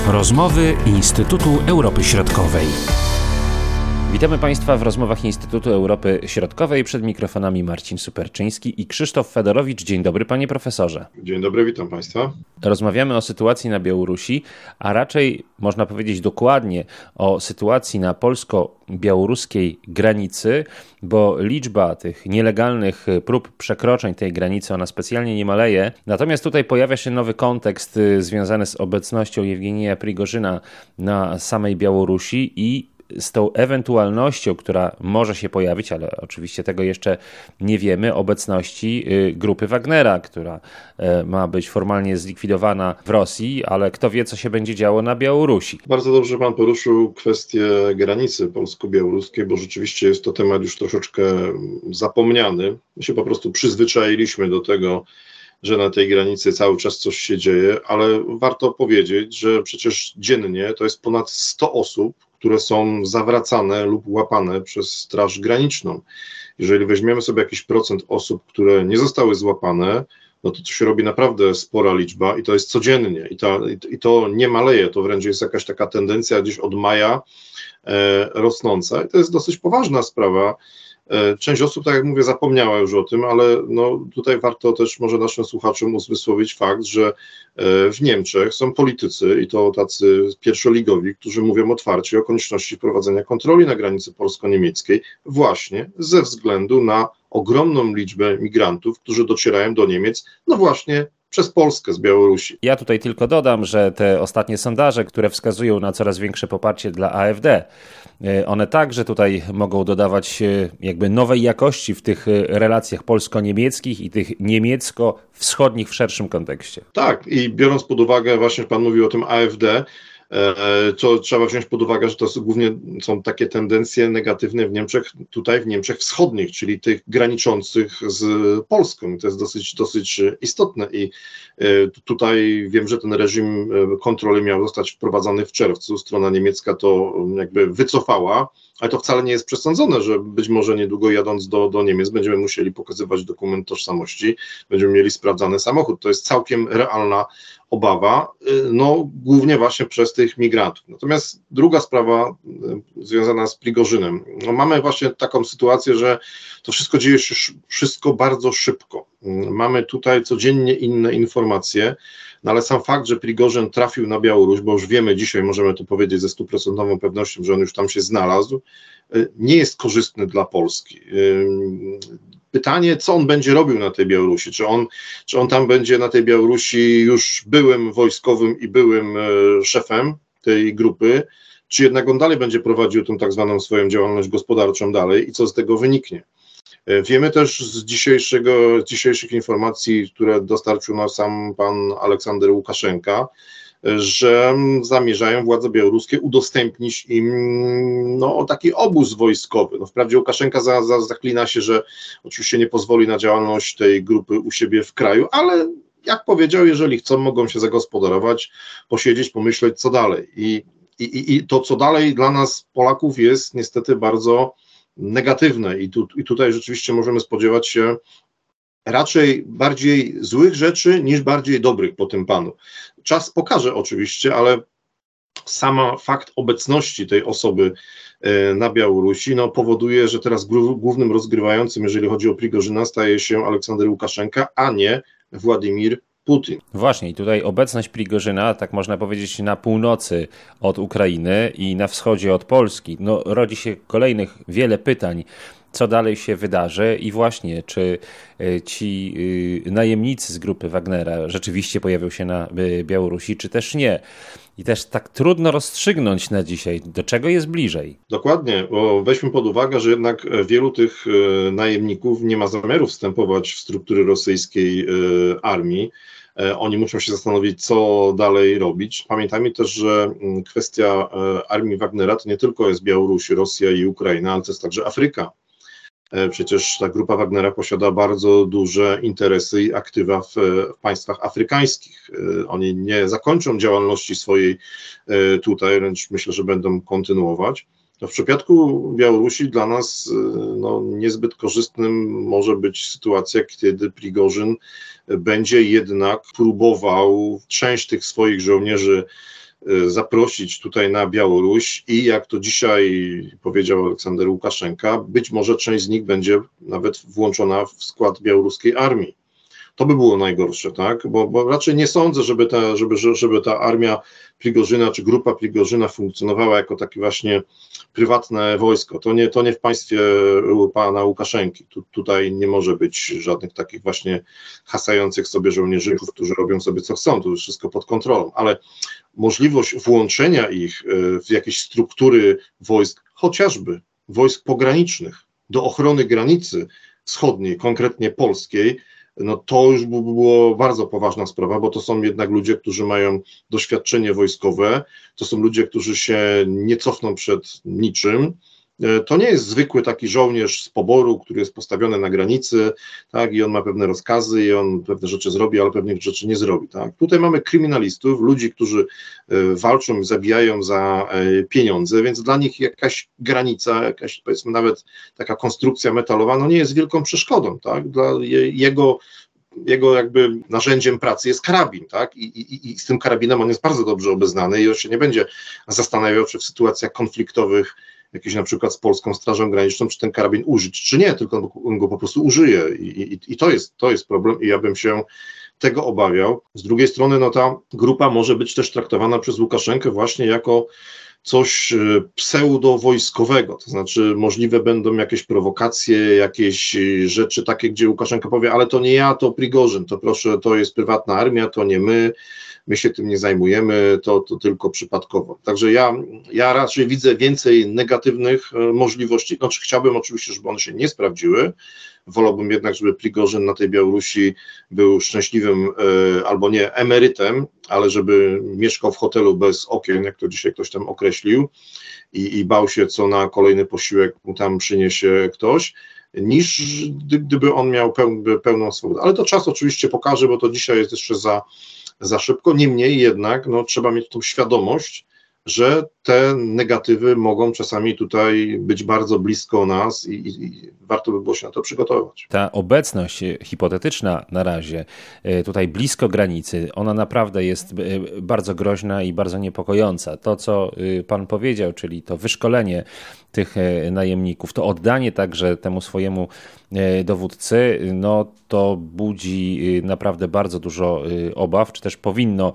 Rozmowy Instytutu Europy Środkowej. Witamy Państwa w rozmowach Instytutu Europy Środkowej. Przed mikrofonami Marcin Superczyński i Krzysztof Fedorowicz. Dzień dobry, panie profesorze. Dzień dobry, witam Państwa. Rozmawiamy o sytuacji na Białorusi, a raczej można powiedzieć dokładnie o sytuacji na polsko-białoruskiej granicy, bo liczba tych nielegalnych prób przekroczeń tej granicy, ona specjalnie nie maleje. Natomiast tutaj pojawia się nowy kontekst związany z obecnością Jewgenija Prigorzyna na samej Białorusi i z tą ewentualnością, która może się pojawić, ale oczywiście tego jeszcze nie wiemy, obecności grupy Wagnera, która ma być formalnie zlikwidowana w Rosji, ale kto wie, co się będzie działo na Białorusi. Bardzo dobrze pan poruszył kwestię granicy polsko-białoruskiej, bo rzeczywiście jest to temat już troszeczkę zapomniany. My się po prostu przyzwyczailiśmy do tego, że na tej granicy cały czas coś się dzieje, ale warto powiedzieć, że przecież dziennie to jest ponad 100 osób, które są zawracane lub łapane przez Straż Graniczną. Jeżeli weźmiemy sobie jakiś procent osób, które nie zostały złapane, no to się robi naprawdę spora liczba i to jest codziennie i to nie maleje, to wręcz jest jakaś taka tendencja gdzieś od maja rosnąca i to jest dosyć poważna sprawa. Część osób, tak jak mówię, zapomniała już o tym, ale no tutaj warto też może naszym słuchaczom uzmysłowić fakt, że w Niemczech są politycy i to tacy pierwszoligowi, którzy mówią otwarcie o konieczności wprowadzenia kontroli na granicy polsko-niemieckiej właśnie ze względu na ogromną liczbę migrantów, którzy docierają do Niemiec, no właśnie przez Polskę z Białorusi. Ja tutaj tylko dodam, że te ostatnie sondaże, które wskazują na coraz większe poparcie dla AfD, one także tutaj mogą dodawać jakby nowej jakości w tych relacjach polsko-niemieckich i tych niemiecko-wschodnich w szerszym kontekście. Tak, i biorąc pod uwagę, właśnie pan mówił o tym AfD, to trzeba wziąć pod uwagę, że to głównie są takie tendencje negatywne w Niemczech, tutaj w Niemczech wschodnich, czyli tych graniczących z Polską. I to jest dosyć istotne i tutaj wiem, że ten reżim kontroli miał zostać wprowadzony w czerwcu. Strona niemiecka to jakby wycofała, ale to wcale nie jest przesądzone, że być może niedługo jadąc do Niemiec będziemy musieli pokazywać dokument tożsamości, będziemy mieli sprawdzany samochód. To jest całkiem realna obawa, no głównie właśnie przez tych migrantów. Natomiast druga sprawa związana z Prigorzynem. No, mamy właśnie taką sytuację, że to wszystko dzieje się bardzo szybko. Mamy tutaj codziennie inne informacje, no ale sam fakt, że Prigorzyn trafił na Białoruś, bo już wiemy dzisiaj, możemy to powiedzieć ze 100% pewnością, że on już tam się znalazł, nie jest korzystny dla Polski. Pytanie, co on będzie robił na tej Białorusi? Czy on tam będzie na tej Białorusi już byłym wojskowym i byłym szefem tej grupy, czy jednak on dalej będzie prowadził tą tak zwaną swoją działalność gospodarczą dalej i co z tego wyniknie? Wiemy też z dzisiejszych informacji, które dostarczył nam sam pan Aleksander Łukaszenka, że zamierzają władze białoruskie udostępnić im taki obóz wojskowy. No, wprawdzie Łukaszenka zaklina się, że oczywiście nie pozwoli na działalność tej grupy u siebie w kraju, ale jak powiedział, jeżeli chcą, mogą się zagospodarować, posiedzieć, pomyśleć, co dalej. I to, co dalej dla nas, Polaków, jest niestety bardzo negatywne i tutaj rzeczywiście możemy spodziewać się raczej bardziej złych rzeczy niż bardziej dobrych po tym panu. Czas pokaże oczywiście, ale sama fakt obecności tej osoby na Białorusi powoduje, że teraz głównym rozgrywającym, jeżeli chodzi o Prigorzyna, staje się Aleksander Łukaszenka, a nie Władimir Putin. Właśnie, i tutaj obecność Prigorzyna, tak można powiedzieć, na północy od Ukrainy i na wschodzie od Polski, rodzi się kolejnych wiele pytań, co dalej się wydarzy i właśnie, czy ci najemnicy z grupy Wagnera rzeczywiście pojawią się na Białorusi, czy też nie. I też tak trudno rozstrzygnąć na dzisiaj, do czego jest bliżej. Dokładnie, bo weźmy pod uwagę, że jednak wielu tych najemników nie ma zamiaru wstępować w struktury rosyjskiej armii. Oni muszą się zastanowić, co dalej robić. Pamiętajmy też, że kwestia armii Wagnera to nie tylko jest Białoruś, Rosja i Ukraina, ale to jest także Afryka. Przecież ta grupa Wagnera posiada bardzo duże interesy i aktywa w państwach afrykańskich. Oni nie zakończą działalności swojej tutaj, wręcz myślę, że będą kontynuować. W przypadku Białorusi dla nas niezbyt korzystnym może być sytuacja, kiedy Prigorzyn będzie jednak próbował część tych swoich żołnierzy zaprosić tutaj na Białoruś i jak to dzisiaj powiedział Aleksander Łukaszenka, być może część z nich będzie nawet włączona w skład białoruskiej armii. To by było najgorsze, tak? Bo raczej nie sądzę, żeby ta armia Prigorzyna czy grupa Prigorzyna funkcjonowała jako takie właśnie prywatne wojsko. To nie w państwie pana Łukaszenki. Tutaj nie może być żadnych takich właśnie hasających sobie żołnierzyków, którzy robią sobie co chcą. To jest wszystko pod kontrolą, ale możliwość włączenia ich w jakieś struktury wojsk, chociażby wojsk pogranicznych, do ochrony granicy wschodniej, konkretnie polskiej, no to już by było bardzo poważna sprawa, bo to są jednak ludzie, którzy mają doświadczenie wojskowe, to są ludzie, którzy się nie cofną przed niczym. To nie jest zwykły taki żołnierz z poboru, który jest postawiony na granicy, tak, i on ma pewne rozkazy i on pewne rzeczy zrobi, ale pewnych rzeczy nie zrobi. Tak. Tutaj mamy kryminalistów, ludzi, którzy walczą i zabijają za pieniądze, więc dla nich jakaś granica, jakaś powiedzmy nawet taka konstrukcja metalowa, no nie jest wielką przeszkodą. Tak. Dla jego jakby narzędziem pracy jest karabin, tak? I z tym karabinem on jest bardzo dobrze obeznany i on się nie będzie zastanawiał, czy w sytuacjach konfliktowych jakiś na przykład z Polską Strażą Graniczną, czy ten karabin użyć, czy nie, tylko on go po prostu użyje i to jest problem i ja bym się tego obawiał. Z drugiej strony no ta grupa może być też traktowana przez Łukaszenkę właśnie jako coś pseudowojskowego, to znaczy możliwe będą jakieś prowokacje, jakieś rzeczy takie, gdzie Łukaszenka powie, ale to nie ja, to Prigorzyn, to proszę, to jest prywatna armia, to nie my się tym nie zajmujemy, to tylko przypadkowo. Także ja raczej widzę więcej negatywnych możliwości, znaczy chciałbym oczywiście, żeby one się nie sprawdziły, wolałbym jednak, żeby Prigorzyn na tej Białorusi był szczęśliwym albo nie emerytem, ale żeby mieszkał w hotelu bez okien, jak to dzisiaj ktoś tam określił i bał się, co na kolejny posiłek mu tam przyniesie ktoś, niż gdyby on miał pełną swobodę. Ale to czas oczywiście pokaże, bo to dzisiaj jest jeszcze za szybko, niemniej jednak no, trzeba mieć tą świadomość, że te negatywy mogą czasami tutaj być bardzo blisko nas i warto by było się na to przygotować. Ta obecność hipotetyczna na razie tutaj blisko granicy, ona naprawdę jest bardzo groźna i bardzo niepokojąca. To, co pan powiedział, czyli to wyszkolenie tych najemników, to oddanie także temu swojemu dowódcy, no to budzi naprawdę bardzo dużo obaw, czy też powinno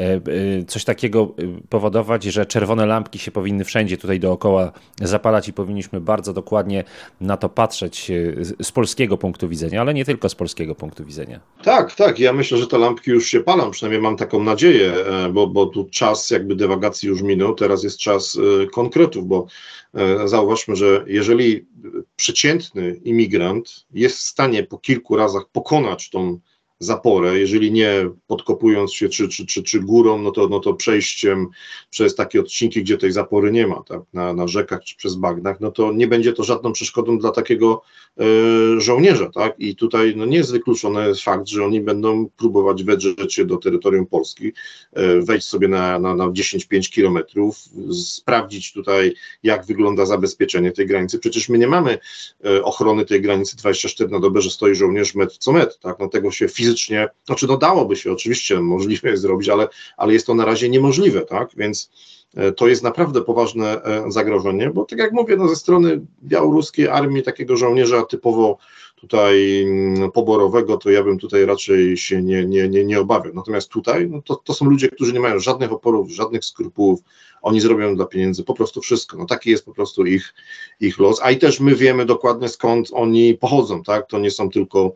coś takiego powodować, że czerwone lampki się powinny wszędzie tutaj dookoła zapalać i powinniśmy bardzo dokładnie na to patrzeć z polskiego punktu widzenia, ale nie tylko z polskiego punktu widzenia. Tak, ja myślę, że te lampki już się palą, przynajmniej mam taką nadzieję, bo tu czas jakby dywagacji już minął, teraz jest czas konkretów, bo zauważmy, że jeżeli przeciętny imigrant jest w stanie po kilku razach pokonać tą zaporę, jeżeli nie podkopując się czy górą, no to przejściem przez takie odcinki, gdzie tej zapory nie ma, tak, na rzekach czy przez bagnach, no to nie będzie to żadną przeszkodą dla takiego żołnierza, tak, i tutaj no nie jest wykluczony fakt, że oni będą próbować wedrzeć się do terytorium Polski, wejść sobie na 10-5 kilometrów, sprawdzić tutaj, jak wygląda zabezpieczenie tej granicy. Przecież my nie mamy ochrony tej granicy 24 na dobę, że stoi żołnierz metr co metr, tak, no tego się fizycznie, znaczy no dałoby się oczywiście, możliwe jest zrobić, ale jest to na razie niemożliwe, tak, więc to jest naprawdę poważne zagrożenie, bo tak jak mówię, no ze strony białoruskiej armii takiego żołnierza typowo tutaj poborowego, to ja bym tutaj raczej się nie obawiał. Natomiast tutaj no to są ludzie, którzy nie mają żadnych oporów, żadnych skrupułów, oni zrobią dla pieniędzy po prostu wszystko. No taki jest po prostu ich los, a i też my wiemy dokładnie skąd oni pochodzą, tak? To nie są tylko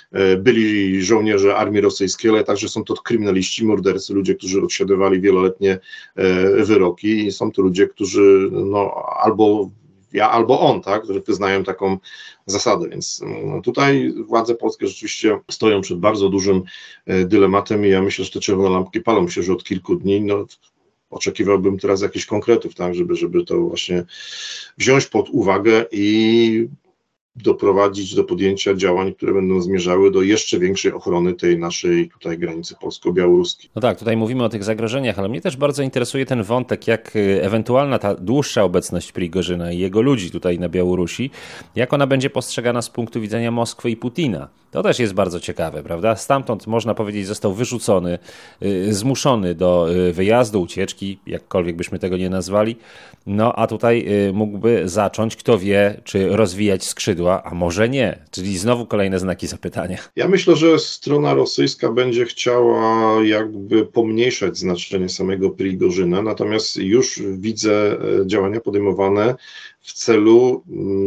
byli żołnierze armii rosyjskiej, ale także są to kryminaliści, mordercy, ludzie, którzy odsiadywali wieloletnie wyroki i są to ludzie, którzy no albo ja, albo on, tak, którzy wyznają taką zasadę, więc tutaj władze polskie rzeczywiście stoją przed bardzo dużym dylematem i ja myślę, że te czerwone lampki palą się już od kilku dni, no oczekiwałbym teraz jakichś konkretów, tak, żeby to właśnie wziąć pod uwagę i doprowadzić do podjęcia działań, które będą zmierzały do jeszcze większej ochrony tej naszej tutaj granicy polsko-białoruskiej. No tak, tutaj mówimy o tych zagrożeniach, ale mnie też bardzo interesuje ten wątek, jak ewentualna ta dłuższa obecność Prigorzyna i jego ludzi tutaj na Białorusi, jak ona będzie postrzegana z punktu widzenia Moskwy i Putina. To też jest bardzo ciekawe, prawda? Stamtąd, można powiedzieć, został wyrzucony, zmuszony do wyjazdu, ucieczki, jakkolwiek byśmy tego nie nazwali. No a tutaj mógłby zacząć, kto wie, czy rozwijać skrzydła, a może nie. Czyli znowu kolejne znaki zapytania. Ja myślę, że strona rosyjska będzie chciała jakby pomniejszać znaczenie samego Prigorzyna, natomiast już widzę działania podejmowane w celu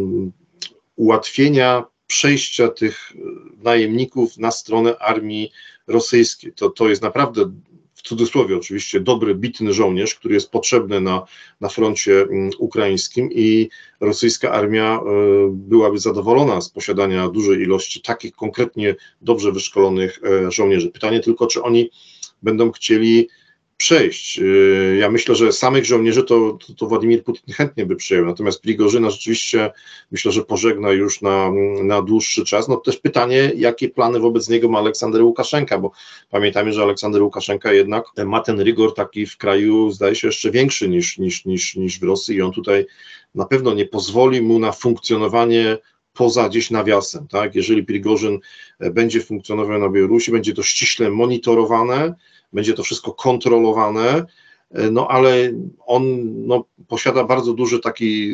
ułatwienia przejścia tych najemników na stronę armii rosyjskiej. To jest naprawdę, w cudzysłowie oczywiście, dobry, bitny żołnierz, który jest potrzebny na froncie ukraińskim i rosyjska armia byłaby zadowolona z posiadania dużej ilości takich konkretnie dobrze wyszkolonych żołnierzy. Pytanie tylko, czy oni będą chcieli przejść. Ja myślę, że samych żołnierzy to Władimir Putin chętnie by przyjął, natomiast Prigorzyna rzeczywiście myślę, że pożegna już na dłuższy czas. No też pytanie, jakie plany wobec niego ma Aleksander Łukaszenka, bo pamiętajmy, że Aleksander Łukaszenka jednak ma ten rygor taki w kraju, zdaje się, jeszcze większy niż w Rosji i on tutaj na pewno nie pozwoli mu na funkcjonowanie poza gdzieś nawiasem, tak? Jeżeli Prigorzyn będzie funkcjonował na Białorusi, będzie to ściśle monitorowane, będzie to wszystko kontrolowane, no ale on posiada bardzo duży taki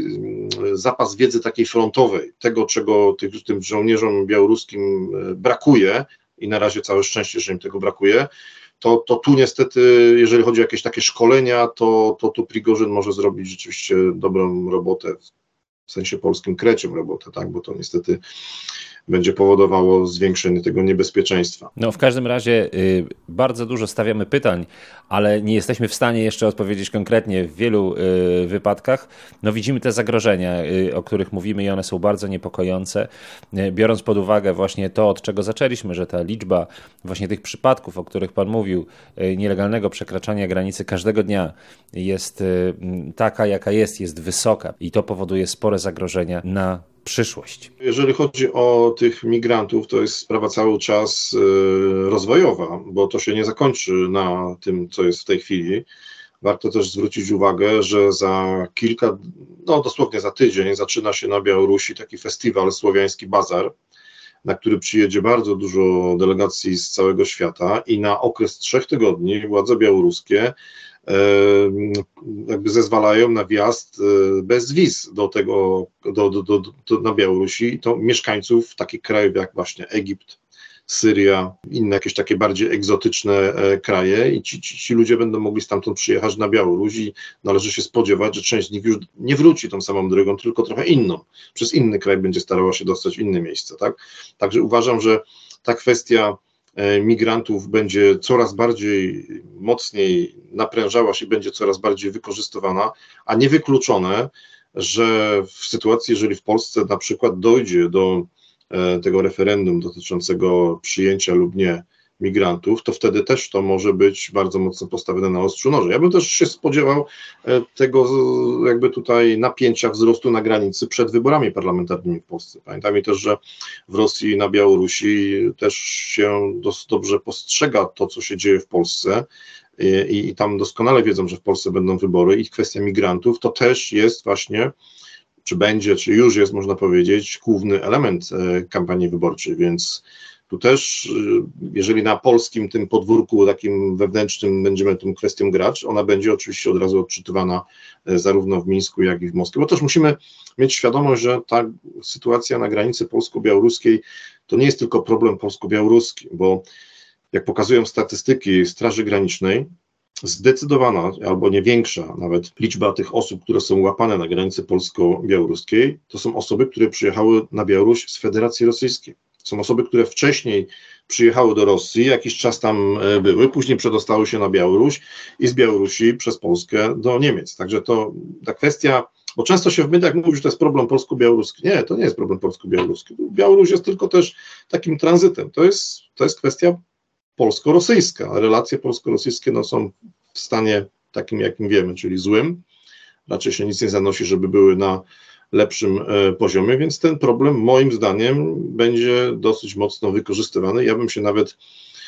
zapas wiedzy takiej frontowej, tego czego tym żołnierzom białoruskim brakuje i na razie całe szczęście, że im tego brakuje, to tu niestety, jeżeli chodzi o jakieś takie szkolenia, to tu Prigorzyn może zrobić rzeczywiście dobrą robotę, w sensie polskim krecią robotę, tak, bo to niestety będzie powodowało zwiększenie tego niebezpieczeństwa. No w każdym razie bardzo dużo stawiamy pytań, ale nie jesteśmy w stanie jeszcze odpowiedzieć konkretnie w wielu wypadkach. No widzimy te zagrożenia, o których mówimy i one są bardzo niepokojące, biorąc pod uwagę właśnie to, od czego zaczęliśmy, że ta liczba właśnie tych przypadków, o których Pan mówił, nielegalnego przekraczania granicy każdego dnia jest taka, jaka jest wysoka i to powoduje spore zagrożenia na przyszłość. Jeżeli chodzi o tych migrantów, to jest sprawa cały czas rozwojowa, bo to się nie zakończy na tym, co jest w tej chwili. Warto też zwrócić uwagę, że za dosłownie za tydzień zaczyna się na Białorusi taki festiwal Słowiański Bazar, na który przyjedzie bardzo dużo delegacji z całego świata i na okres 3 tygodni władze białoruskie jakby zezwalają na wjazd bez wiz na Białorusi, to mieszkańców takich krajów jak właśnie Egipt, Syria, inne jakieś takie bardziej egzotyczne kraje i ci ludzie będą mogli stamtąd przyjechać na Białoruś i należy się spodziewać, że część z nich już nie wróci tą samą drogą, tylko trochę inną. Przez inny kraj będzie starała się dostać w inne miejsce, tak? Także uważam, że ta kwestia migrantów będzie coraz bardziej mocniej naprężała się, będzie coraz bardziej wykorzystywana, a niewykluczone, że w sytuacji, jeżeli w Polsce na przykład dojdzie do tego referendum dotyczącego przyjęcia lub nie migrantów, to wtedy też to może być bardzo mocno postawione na ostrzu noża. Ja bym też się spodziewał tego jakby tutaj napięcia, wzrostu na granicy przed wyborami parlamentarnymi w Polsce. Pamiętajmy też, że w Rosji i na Białorusi też się dosyć dobrze postrzega to, co się dzieje w Polsce i tam doskonale wiedzą, że w Polsce będą wybory i kwestia migrantów to też jest właśnie, czy będzie, czy już jest, można powiedzieć, główny element kampanii wyborczej, więc tu też, jeżeli na polskim tym podwórku takim wewnętrznym będziemy tą kwestią grać, ona będzie oczywiście od razu odczytywana zarówno w Mińsku, jak i w Moskwie, bo też musimy mieć świadomość, że ta sytuacja na granicy polsko-białoruskiej to nie jest tylko problem polsko-białoruski, bo jak pokazują statystyki Straży Granicznej, zdecydowana, albo nie większa nawet liczba tych osób, które są łapane na granicy polsko-białoruskiej, to są osoby, które przyjechały na Białoruś z Federacji Rosyjskiej. Są osoby, które wcześniej przyjechały do Rosji, jakiś czas tam były, później przedostały się na Białoruś i z Białorusi przez Polskę do Niemiec. Także to ta kwestia, bo często się w mediach mówi, że to jest problem polsko-białoruski. Nie, to nie jest problem polsko-białoruski. Białoruś jest tylko też takim tranzytem. To jest kwestia polsko-rosyjska. Relacje polsko-rosyjskie są w stanie takim, jakim wiemy, czyli złym. Raczej się nic nie zanosi, żeby były lepszym poziomie, więc ten problem moim zdaniem będzie dosyć mocno wykorzystywany. Ja bym się nawet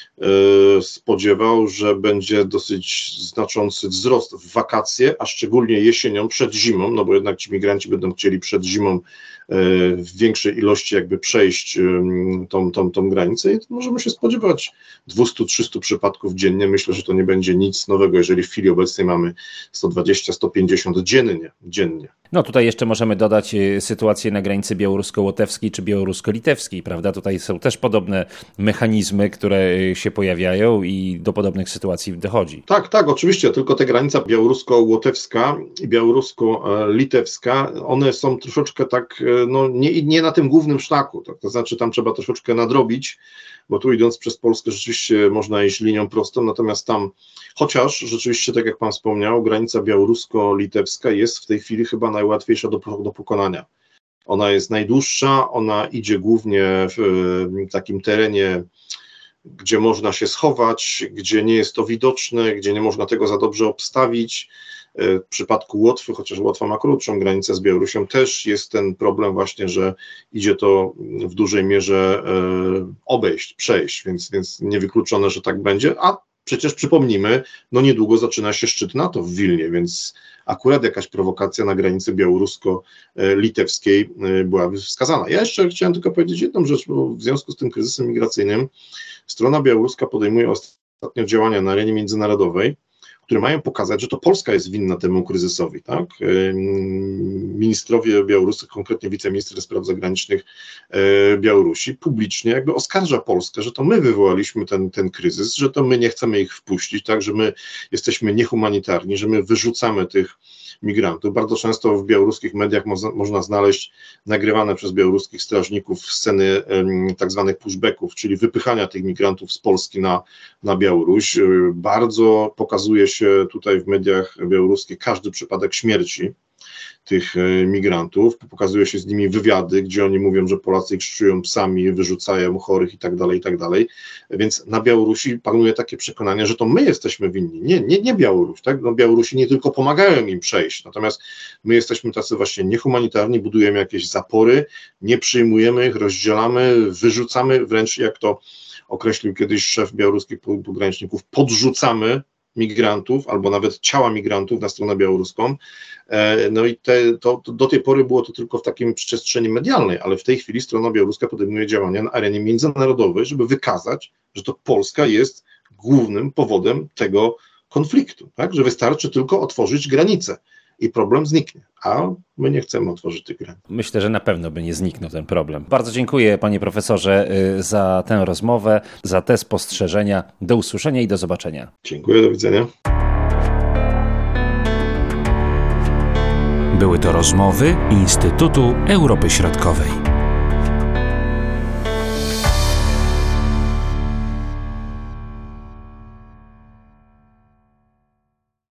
spodziewał, że będzie dosyć znaczący wzrost w wakacje, a szczególnie jesienią przed zimą, no bo jednak ci migranci będą chcieli przed zimą w większej ilości jakby przejść tą granicę i możemy się spodziewać 200-300 przypadków dziennie. Myślę, że to nie będzie nic nowego, jeżeli w chwili obecnej mamy 120-150 dziennie. No tutaj jeszcze możemy dodać sytuację na granicy białorusko-łotewskiej czy białorusko-litewskiej, prawda? Tutaj są też podobne mechanizmy, które się pojawiają i do podobnych sytuacji dochodzi. Tak, oczywiście, tylko ta granica białorusko-łotewska i białorusko-litewska, one są troszeczkę tak, no nie na tym głównym szlaku, tak? To znaczy tam trzeba troszeczkę nadrobić, bo tu idąc przez Polskę rzeczywiście można iść linią prostą, natomiast tam, chociaż rzeczywiście, tak jak pan wspomniał, granica białorusko-litewska jest w tej chwili chyba najłatwiejsza do pokonania. Ona jest najdłuższa, ona idzie głównie w takim terenie, gdzie można się schować, gdzie nie jest to widoczne, gdzie nie można tego za dobrze obstawić. W przypadku Łotwy, chociaż Łotwa ma krótszą granicę z Białorusią, też jest ten problem właśnie, że idzie to w dużej mierze przejść, więc niewykluczone, że tak będzie, a przecież przypomnijmy, no niedługo zaczyna się szczyt NATO w Wilnie, więc akurat jakaś prowokacja na granicy białorusko-litewskiej byłaby wskazana. Ja jeszcze chciałem tylko powiedzieć jedną rzecz, bo w związku z tym kryzysem migracyjnym strona białoruska podejmuje ostatnio działania na arenie międzynarodowej, które mają pokazać, że to Polska jest winna temu kryzysowi, tak? Ministrowie białoruscy, konkretnie wiceminister spraw zagranicznych Białorusi, publicznie jakby oskarża Polskę, że to my wywołaliśmy ten kryzys, że to my nie chcemy ich wpuścić, tak? Że my jesteśmy niehumanitarni, że my wyrzucamy tych migrantów. Bardzo często w białoruskich mediach można znaleźć nagrywane przez białoruskich strażników sceny tak zwanych pushbacków, czyli wypychania tych migrantów z Polski na Białoruś. Bardzo pokazuje się tutaj w mediach białoruskich każdy przypadek śmierci tych migrantów, pokazuje się z nimi wywiady, gdzie oni mówią, że Polacy ich szczują psami, wyrzucają chorych i tak dalej, więc na Białorusi panuje takie przekonanie, że to my jesteśmy winni, nie Białoruś, tak? No Białorusi nie tylko pomagają im przejść, natomiast my jesteśmy tacy właśnie niehumanitarni, budujemy jakieś zapory, nie przyjmujemy ich, rozdzielamy, wyrzucamy, wręcz jak to określił kiedyś szef białoruskich pograniczników, podrzucamy migrantów, albo nawet ciała migrantów na stronę białoruską. No i do tej pory było to tylko w takim przestrzeni medialnej, ale w tej chwili strona białoruska podejmuje działania na arenie międzynarodowej, żeby wykazać, że to Polska jest głównym powodem tego konfliktu, tak? Że wystarczy tylko otworzyć granice i problem zniknie, a my nie chcemy otworzyć tych granic. Myślę, że na pewno by nie zniknął ten problem. Bardzo dziękuję, panie profesorze, za tę rozmowę, za te spostrzeżenia. Do usłyszenia i do zobaczenia. Dziękuję, do widzenia. Były to rozmowy Instytutu Europy Środkowej.